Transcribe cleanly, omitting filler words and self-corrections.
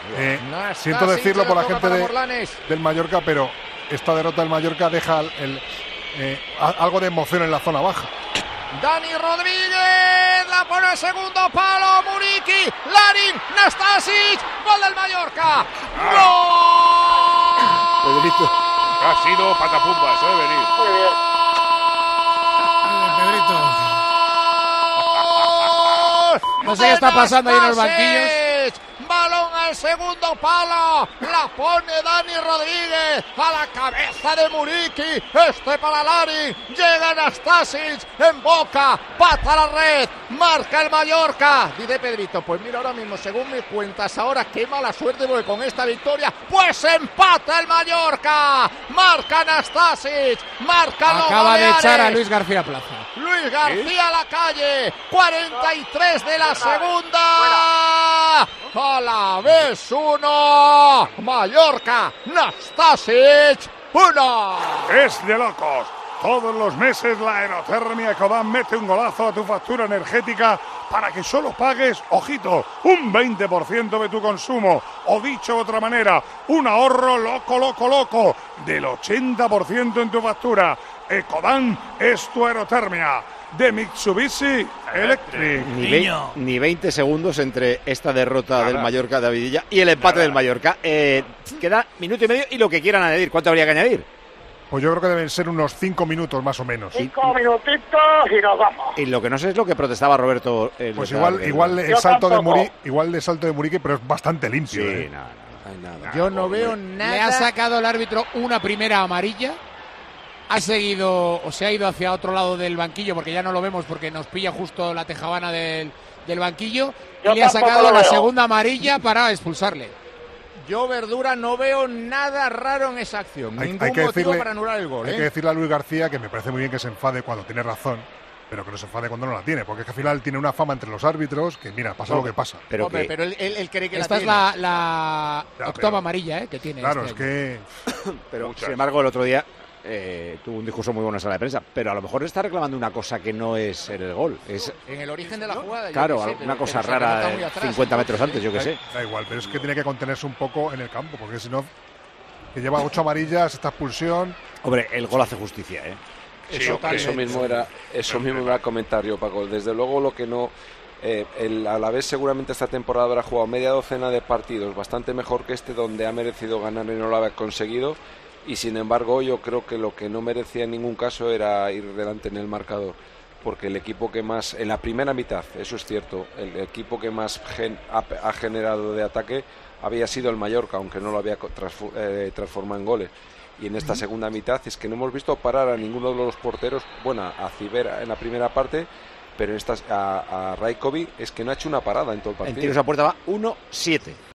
Siento decirlo por la gente del Mallorca, pero esta derrota del Mallorca deja algo de emoción en la zona baja. Dani Rodríguez la pone al segundo palo, Muriqui, Larin, Nastasic, gol del Mallorca. ¡Gol! Ha sido patapumbas, venir. Muy bien. Pedrito. No sé qué está pasando ahí en los banquillos. Balón al segundo palo, la pone Dani Rodríguez a la cabeza de Muriqui, para Larin, llega Nastasic, en boca, pata a la red, marca el Mallorca. Dice Pedrito, pues mira, ahora mismo, según me cuentas, ahora qué mala suerte, porque con esta victoria, pues empata el Mallorca, marca Nastasic, marca los Acaba de Baleares. echar a Luis García Plaza. Luis García a la calle, 43 de la segunda. A la vez 1, Mallorca, Nastasic 1. Es de locos. Todos los meses la Aerotermia Ecodan mete un golazo a tu factura energética para que solo pagues, ojito, un 20% de tu consumo. O dicho de otra manera, un ahorro loco del 80% en tu factura. Ecodan es tu Aerotermia. De Mitsubishi Electric. Ni 20 segundos entre esta derrota del Mallorca de Avidilla y el empate del Mallorca. Queda minuto y medio y lo que quieran añadir. ¿Cuánto habría que añadir? Pues yo creo que deben ser unos 5 minutos más o menos. 5 minutitos y nos vamos. Y lo que no sé es lo que protestaba Roberto. Pues igual el salto de Muriqui, pero es bastante limpio. Sí, nada. Yo no veo nada. Le ha sacado el árbitro una primera amarilla. Ha seguido o se ha ido hacia otro lado del banquillo porque ya no lo vemos porque nos pilla justo la tejabana del banquillo. Y le ha sacado la segunda amarilla para expulsarle. Yo, Verdura, no veo nada raro en esa acción. Ningún motivo para anular el gol. Hay que decirle a Luis García que me parece muy bien que se enfade cuando tiene razón, pero que no se enfade cuando no la tiene, porque es que al final tiene una fama entre los árbitros que, mira, pasa lo que pasa. Pero él cree que esta es la octava amarilla que tiene. Claro, es que... Pero, sin embargo, el otro día tuvo un discurso muy bueno en sala de prensa, pero a lo mejor está reclamando una cosa que no es el gol. Es en el origen de la jugada. Claro, una cosa rara 50 metros antes, yo que sé. Da igual, pero es que tiene que contenerse un poco en el campo, porque si no, que lleva 8 amarillas, esta expulsión... Hombre, el gol hace justicia, Eso mismo era el comentario, Paco. Desde luego lo que no... el Alavés seguramente esta temporada habrá jugado media docena de partidos bastante mejor que este, donde ha merecido ganar y no lo ha conseguido. Y sin embargo yo creo que lo que no merecía en ningún caso era ir delante en el marcador, porque el equipo que más, en la primera mitad, eso es cierto, el equipo que más ha generado de ataque había sido el Mallorca, aunque no lo había transformado en goles. Y en esta segunda mitad es que no hemos visto parar a ninguno de los porteros, bueno, a Cibera en la primera parte, pero en a Rajkovic es que no ha hecho una parada en todo el partido. En tiros a puerta va 1-7.